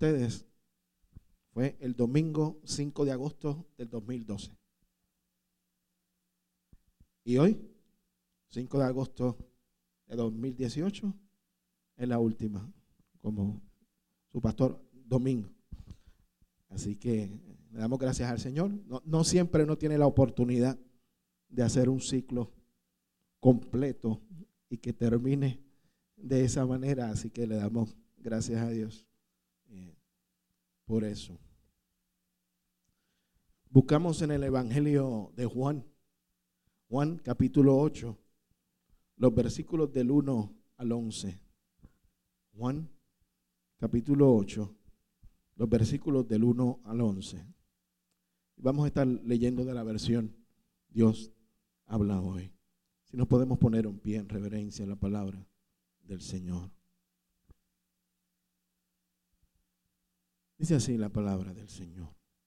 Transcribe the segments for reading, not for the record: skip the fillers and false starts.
ustedes fue el domingo 5 de agosto del 2012. Y hoy, 5 de agosto de 2018, es la última, como su pastor domingo. Así que le damos gracias al Señor. No siempre uno tiene la oportunidad de hacer un ciclo completo y que termine de esa manera. Así que le damos gracias a Dios por eso. Buscamos en el Evangelio de Juan capítulo 8, los versículos del 1 al 11. Juan capítulo 8, los versículos del 1 al 11. Vamos a estar leyendo de la versión Dios habla hoy. Si nos podemos poner en pie en reverencia a la palabra del Señor. Dice así la palabra del Señor.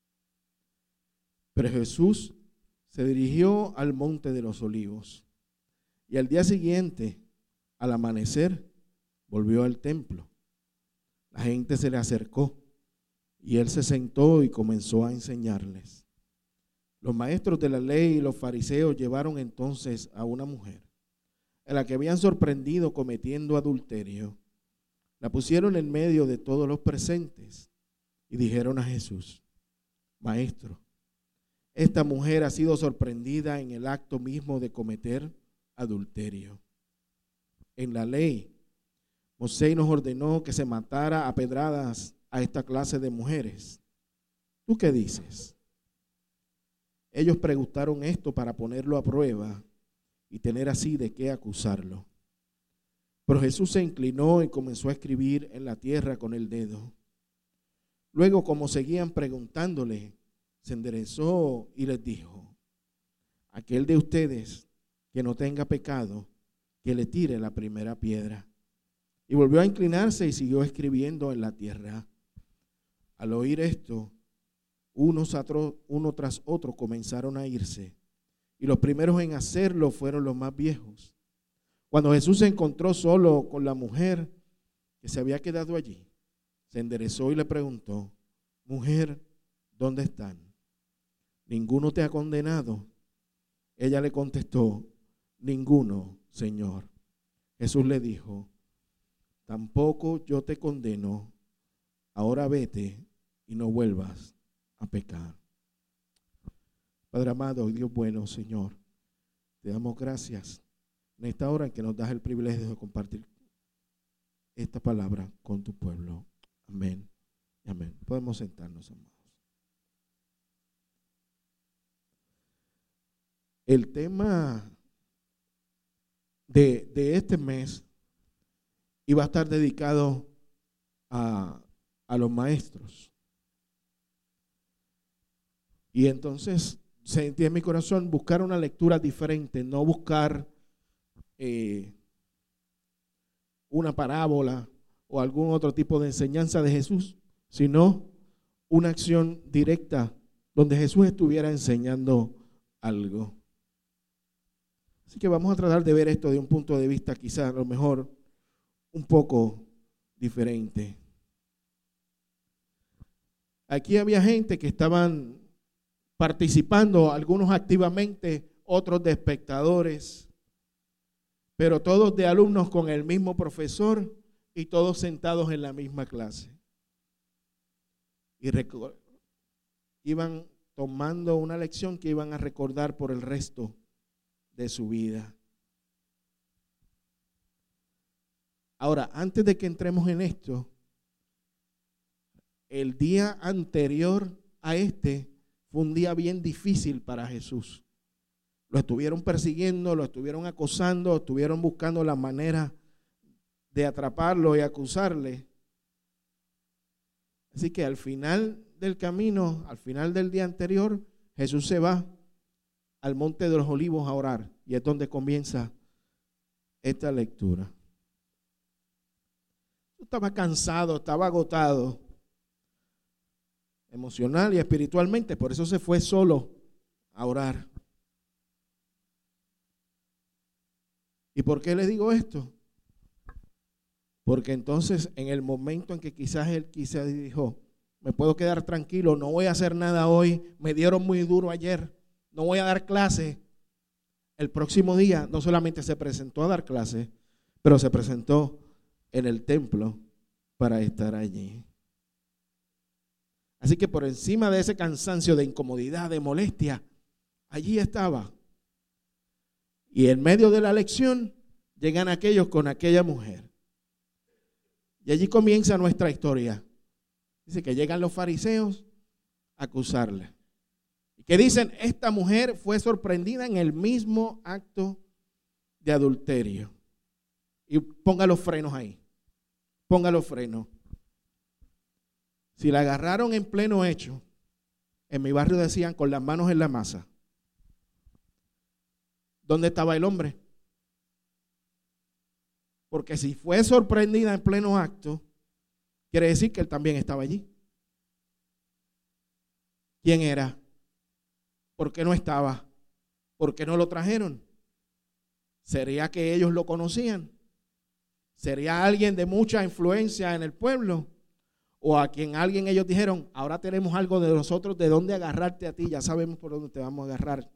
Pero Jesús se dirigió al monte de los olivos y al día siguiente, al amanecer, volvió al templo. La gente se le acercó y él se sentó y comenzó a enseñarles. Los maestros de la ley y los fariseos llevaron entonces a una mujer a la que habían sorprendido cometiendo adulterio. La pusieron en medio de todos los presentes y dijeron a Jesús: Maestro, esta mujer ha sido sorprendida en el acto mismo de cometer adulterio. En la ley, Moisés nos ordenó que se matara a pedradas a esta clase de mujeres. ¿Tú qué dices? Ellos preguntaron esto para ponerlo a prueba y tener así de qué acusarlo. Pero Jesús se inclinó y comenzó a escribir en la tierra con el dedo. Luego, como seguían preguntándole, se enderezó y les dijo: aquel de ustedes que no tenga pecado, que le tire la primera piedra. Y volvió a inclinarse y siguió escribiendo en la tierra. Al oír esto, uno tras otro comenzaron a irse, y los primeros en hacerlo fueron los más viejos. Cuando Jesús se encontró solo con la mujer que se había quedado allí, se enderezó y le preguntó: Mujer, ¿dónde están? ¿Ninguno te ha condenado? Ella le contestó: Ninguno, Señor. Jesús le dijo: Tampoco yo te condeno. Ahora vete y no vuelvas a pecar. Padre amado, Dios bueno, Señor, te damos gracias en esta hora en que nos das el privilegio de compartir esta palabra con tu pueblo. Amén. Amén. Podemos sentarnos, amados. El tema de este mes iba a estar dedicado a los maestros. Y entonces sentí en mi corazón buscar una lectura diferente, no buscar una parábola o algún otro tipo de enseñanza de Jesús, sino una acción directa donde Jesús estuviera enseñando algo. Así que vamos a tratar de ver esto de un punto de vista quizás a lo mejor un poco diferente. Aquí había gente que estaban participando, algunos activamente, otros de espectadores, pero todos de alumnos con el mismo profesor y todos sentados en la misma clase. Y iban tomando una lección que iban a recordar por el resto de su vida. Ahora, antes de que entremos en esto, el día anterior a este fue un día bien difícil para Jesús. Lo estuvieron persiguiendo, lo estuvieron acosando, estuvieron buscando la manera de atraparlo y acusarle. Así que al final del camino, al final del día anterior, Jesús se va al monte de los olivos a orar, y es donde comienza esta lectura. Estaba cansado, estaba agotado, emocional y espiritualmente, por eso se fue solo a orar. ¿Y por qué le digo esto? Porque entonces en el momento en que él dijo, me puedo quedar tranquilo, no voy a hacer nada hoy, me dieron muy duro ayer, no voy a dar clase. El próximo día no solamente se presentó a dar clase, pero se presentó en el templo para estar allí. Así que por encima de ese cansancio, de incomodidad, de molestia, allí estaba. Y en medio de la lección llegan aquellos con aquella mujer. Y allí comienza nuestra historia. Dice que llegan los fariseos a acusarle. Y que dicen, esta mujer fue sorprendida en el mismo acto de adulterio. Y ponga los frenos ahí. Ponga los frenos. Si la agarraron en pleno hecho, en mi barrio decían con las manos en la masa. ¿Dónde estaba el hombre? Porque si fue sorprendida en pleno acto, quiere decir que él también estaba allí. ¿Quién era? ¿Por qué no estaba? ¿Por qué no lo trajeron? ¿Sería que ellos lo conocían? ¿Sería alguien de mucha influencia en el pueblo? ¿O a quien ellos dijeron, ahora tenemos algo de nosotros, de dónde agarrarte a ti, ya sabemos por dónde te vamos a agarrar?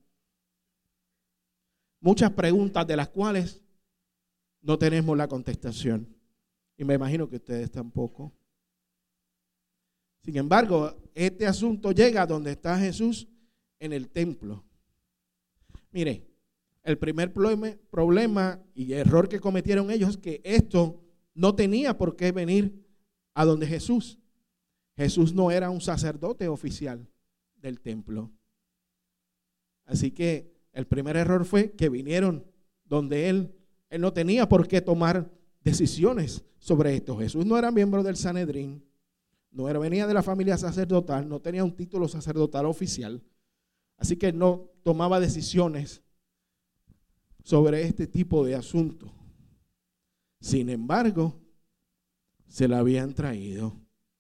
Muchas preguntas de las cuales no tenemos la contestación. Y me imagino que ustedes tampoco. Sin embargo, este asunto llega donde está Jesús en el templo. Mire, el primer problema y error que cometieron ellos es que esto no tenía por qué venir a donde Jesús. Jesús no era un sacerdote oficial del templo. Así que el primer error fue que vinieron donde él no tenía por qué tomar decisiones sobre esto. Jesús no era miembro del Sanedrín, venía de la familia sacerdotal, no tenía un título sacerdotal oficial. Así que no tomaba decisiones sobre este tipo de asuntos. Sin embargo, se la habían traído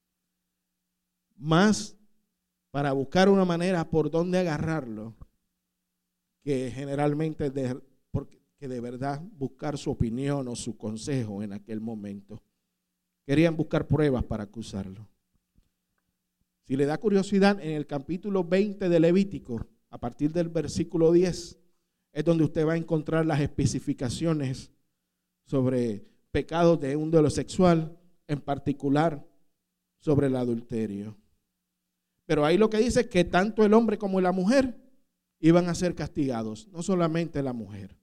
más para buscar una manera por donde agarrarlo que generalmente que de verdad buscar su opinión o su consejo en aquel momento. Querían buscar pruebas para acusarlo. Si le da curiosidad, en el capítulo 20 de Levítico, a partir del versículo 10, es donde usted va a encontrar las especificaciones sobre pecados de índole sexual, en particular sobre el adulterio. Pero ahí lo que dice es que tanto el hombre como la mujer iban a ser castigados, no solamente la mujer.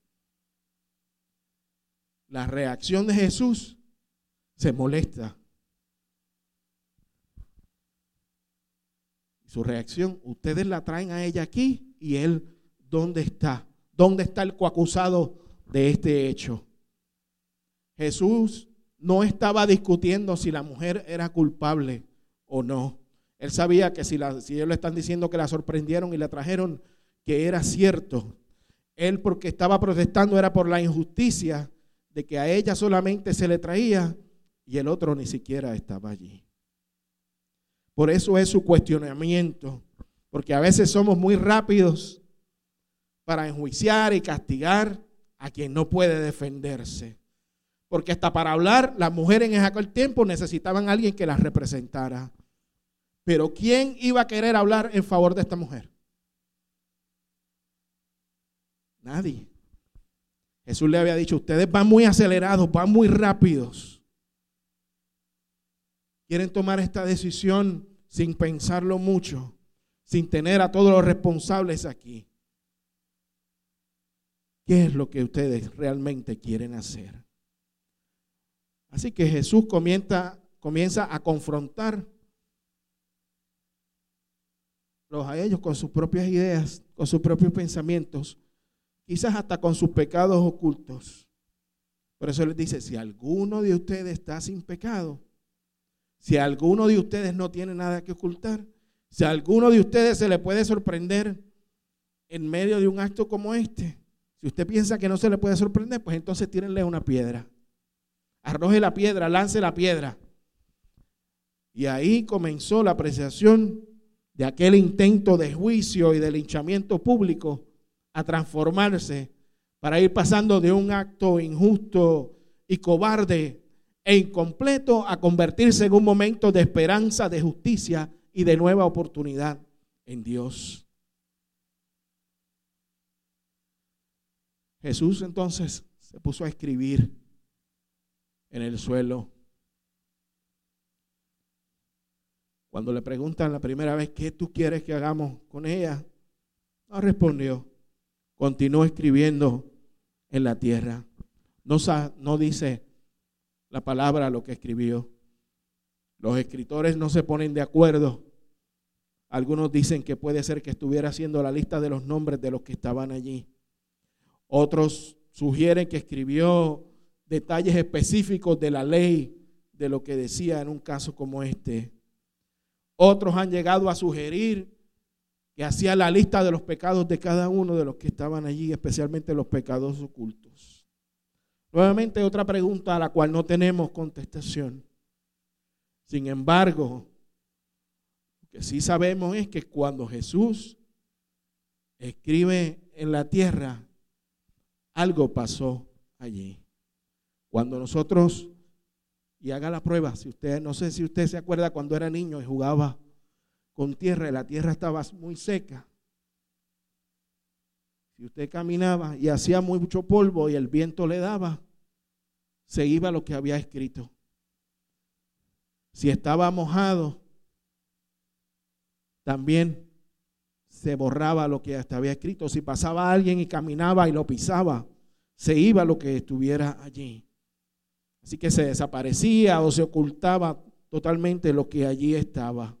La reacción de Jesús se molesta. Su reacción, ustedes la traen a ella aquí y él, ¿dónde está? ¿Dónde está el coacusado de este hecho? Jesús no estaba discutiendo si la mujer era culpable o no. Él sabía que si ellos le están diciendo que la sorprendieron y la trajeron, que era cierto. Él, porque estaba protestando, era por la injusticia de que a ella solamente se le traía y el otro ni siquiera estaba allí. Por eso es su cuestionamiento, porque a veces somos muy rápidos para enjuiciar y castigar a quien no puede defenderse. Porque hasta para hablar, las mujeres en aquel tiempo necesitaban a alguien que las representara. Pero ¿quién iba a querer hablar en favor de esta mujer? Nadie. Jesús le había dicho, ustedes van muy acelerados, van muy rápidos. Quieren tomar esta decisión sin pensarlo mucho, sin tener a todos los responsables aquí. ¿Qué es lo que ustedes realmente quieren hacer? Así que Jesús comienza a confrontar a ellos con sus propias ideas, con sus propios pensamientos, quizás hasta con sus pecados ocultos. Por eso les dice, si alguno de ustedes está sin pecado, si alguno de ustedes no tiene nada que ocultar, si alguno de ustedes se le puede sorprender en medio de un acto como este, si usted piensa que no se le puede sorprender, pues entonces tírenle una piedra. Arroje la piedra, lance la piedra. Y ahí comenzó la apreciación de aquel intento de juicio y de linchamiento público a transformarse para ir pasando de un acto injusto y cobarde e incompleto a convertirse en un momento de esperanza, de justicia y de nueva oportunidad en Dios. Jesús entonces se puso a escribir en el suelo. Cuando le preguntan la primera vez, ¿qué tú quieres que hagamos con ella? No respondió. Continuó escribiendo en la tierra. No dice la palabra lo que escribió. Los escritores no se ponen de acuerdo. Algunos dicen que puede ser que estuviera haciendo la lista de los nombres de los que estaban allí. Otros sugieren que escribió detalles específicos de la ley, de lo que decía en un caso como este. Otros han llegado a sugerir que hacía la lista de los pecados de cada uno de los que estaban allí, especialmente los pecados ocultos. Nuevamente otra pregunta a la cual no tenemos contestación. Sin embargo, lo que sí sabemos es que cuando Jesús escribe en la tierra, algo pasó allí. Cuando nosotros, y haga la prueba, no sé si usted se acuerda cuando era niño y jugaba con tierra y la tierra estaba muy seca. Si usted caminaba y hacía mucho polvo y el viento le daba, se iba lo que había escrito. Si estaba mojado, también se borraba lo que hasta había escrito. Si pasaba alguien y caminaba y lo pisaba, se iba lo que estuviera allí. Así que se desaparecía o se ocultaba totalmente lo que allí estaba.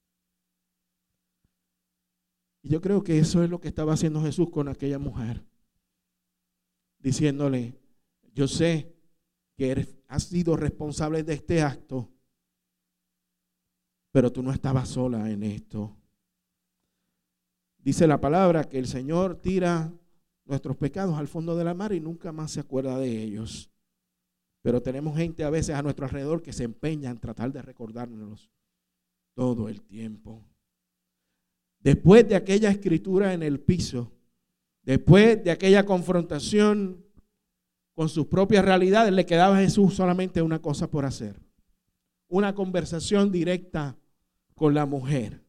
Y yo creo que eso es lo que estaba haciendo Jesús con aquella mujer. Diciéndole, yo sé que has sido responsable de este acto, pero tú no estabas sola en esto. Dice la palabra que el Señor tira nuestros pecados al fondo de la mar y nunca más se acuerda de ellos. Pero tenemos gente a veces a nuestro alrededor que se empeña en tratar de recordárnoslos todo el tiempo. Después de aquella escritura en el piso, después de aquella confrontación con sus propias realidades, le quedaba a Jesús solamente una cosa por hacer. Una conversación directa con la mujer.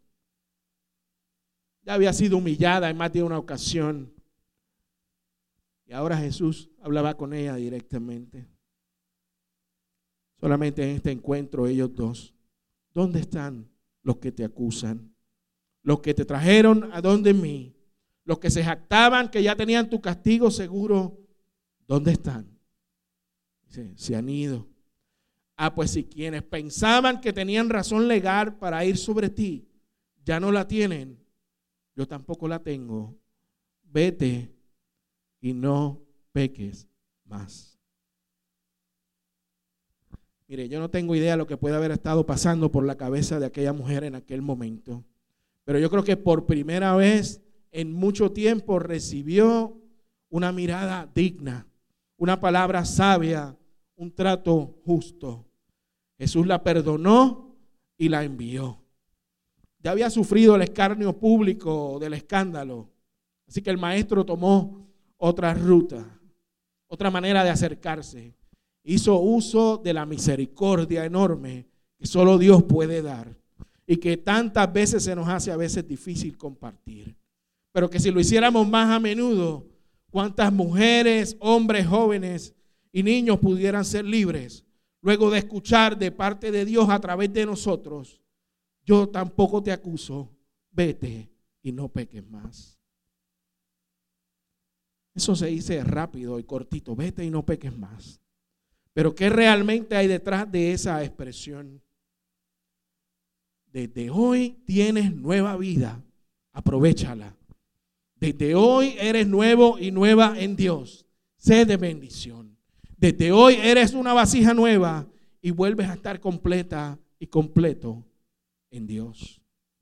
Ya había sido humillada en más de una ocasión. Y ahora Jesús hablaba con ella directamente. Solamente en este encuentro ellos dos. ¿Dónde están los que te acusan? Los que te trajeron a donde mí. Los que se jactaban que ya tenían tu castigo seguro. ¿Dónde están? Dice, se han ido. Pues si quienes pensaban que tenían razón legal para ir sobre ti, ya no la tienen, yo tampoco la tengo. Vete y no peques más. Mire, yo no tengo idea de lo que puede haber estado pasando por la cabeza de aquella mujer en aquel momento. Pero yo creo que por primera vez en mucho tiempo recibió una mirada digna, una palabra sabia, un trato justo. Jesús la perdonó y la envió. Ya había sufrido el escarnio público del escándalo. Así que el maestro tomó otra ruta, otra manera de acercarse. Hizo uso de la misericordia enorme que solo Dios puede dar y que tantas veces se nos hace a veces difícil compartir. Pero que si lo hiciéramos más a menudo, cuántas mujeres, hombres, jóvenes y niños pudieran ser libres luego de escuchar de parte de Dios a través de nosotros: yo tampoco te acuso, vete y no peques más. Eso se dice rápido y cortito, vete y no peques más. Pero ¿qué realmente hay detrás de esa expresión? Desde hoy tienes nueva vida, aprovéchala. Desde hoy eres nuevo y nueva en Dios, sé de bendición. Desde hoy eres una vasija nueva y vuelves a estar completa y completo en Dios.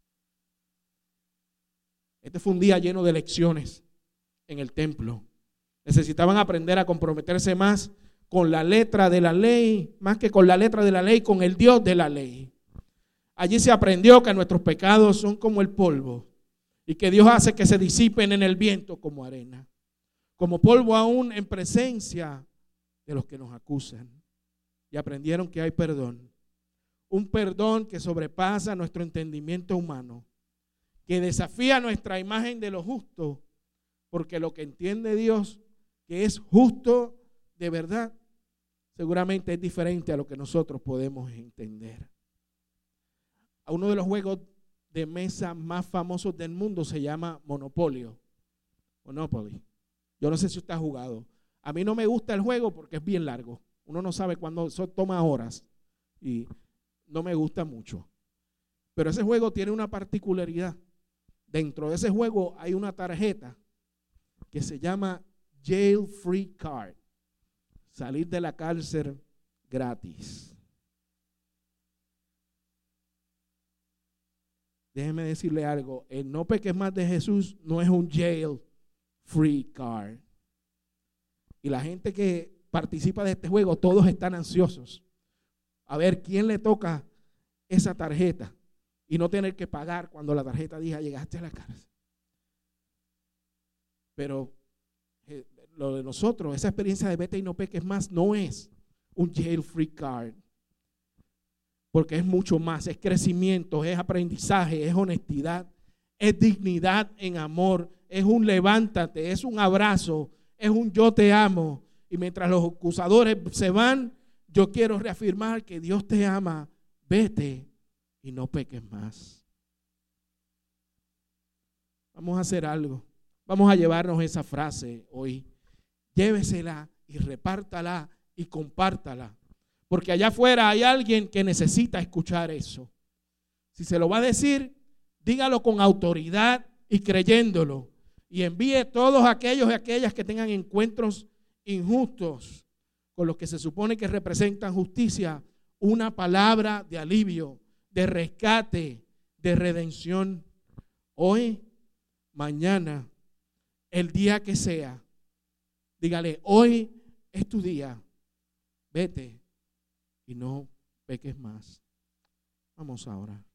Este fue un día lleno de lecciones en el templo. Necesitaban aprender a comprometerse más con la letra de la ley, más que con la letra de la ley, con el Dios de la ley. Allí se aprendió que nuestros pecados son como el polvo y que Dios hace que se disipen en el viento como arena, como polvo aún en presencia de los que nos acusan. y aprendieron que hay perdón. Un perdón que sobrepasa nuestro entendimiento humano, que desafía nuestra imagen de lo justo, porque lo que entiende Dios, que es justo de verdad, seguramente es diferente a lo que nosotros podemos entender. Uno de los juegos de mesa más famosos del mundo se llama Monopoly. Yo no sé si usted ha jugado. A mí no me gusta el juego porque es bien largo. Uno no sabe cuándo, eso toma horas y no me gusta mucho. Pero ese juego tiene una particularidad. Dentro de ese juego hay una tarjeta que se llama Jail Free Card. Salir de la cárcel gratis. Déjeme decirle algo. El no peques más de Jesús no es un jail free card. Y la gente que participa de este juego, todos están ansiosos a ver quién le toca esa tarjeta y no tener que pagar cuando la tarjeta diga llegaste a la cárcel. Pero lo de nosotros, esa experiencia de vete y no peques más, no es un jail free card, porque es mucho más, es crecimiento, es aprendizaje, es honestidad, es dignidad en amor, es un levántate, es un abrazo, es un yo te amo. Y mientras los acusadores se van, yo quiero reafirmar que Dios te ama, vete y no peques más. Vamos a hacer algo, vamos a llevarnos esa frase hoy, llévesela y repártala y compártala. Porque allá afuera hay alguien que necesita escuchar eso. Si se lo va a decir, dígalo con autoridad y creyéndolo. Y envíe todos aquellos y aquellas que tengan encuentros injustos con los que se supone que representan justicia, una palabra de alivio, de rescate, de redención. Hoy, mañana, el día que sea, dígale, hoy es tu día, vete y no peques más. Vamos ahora.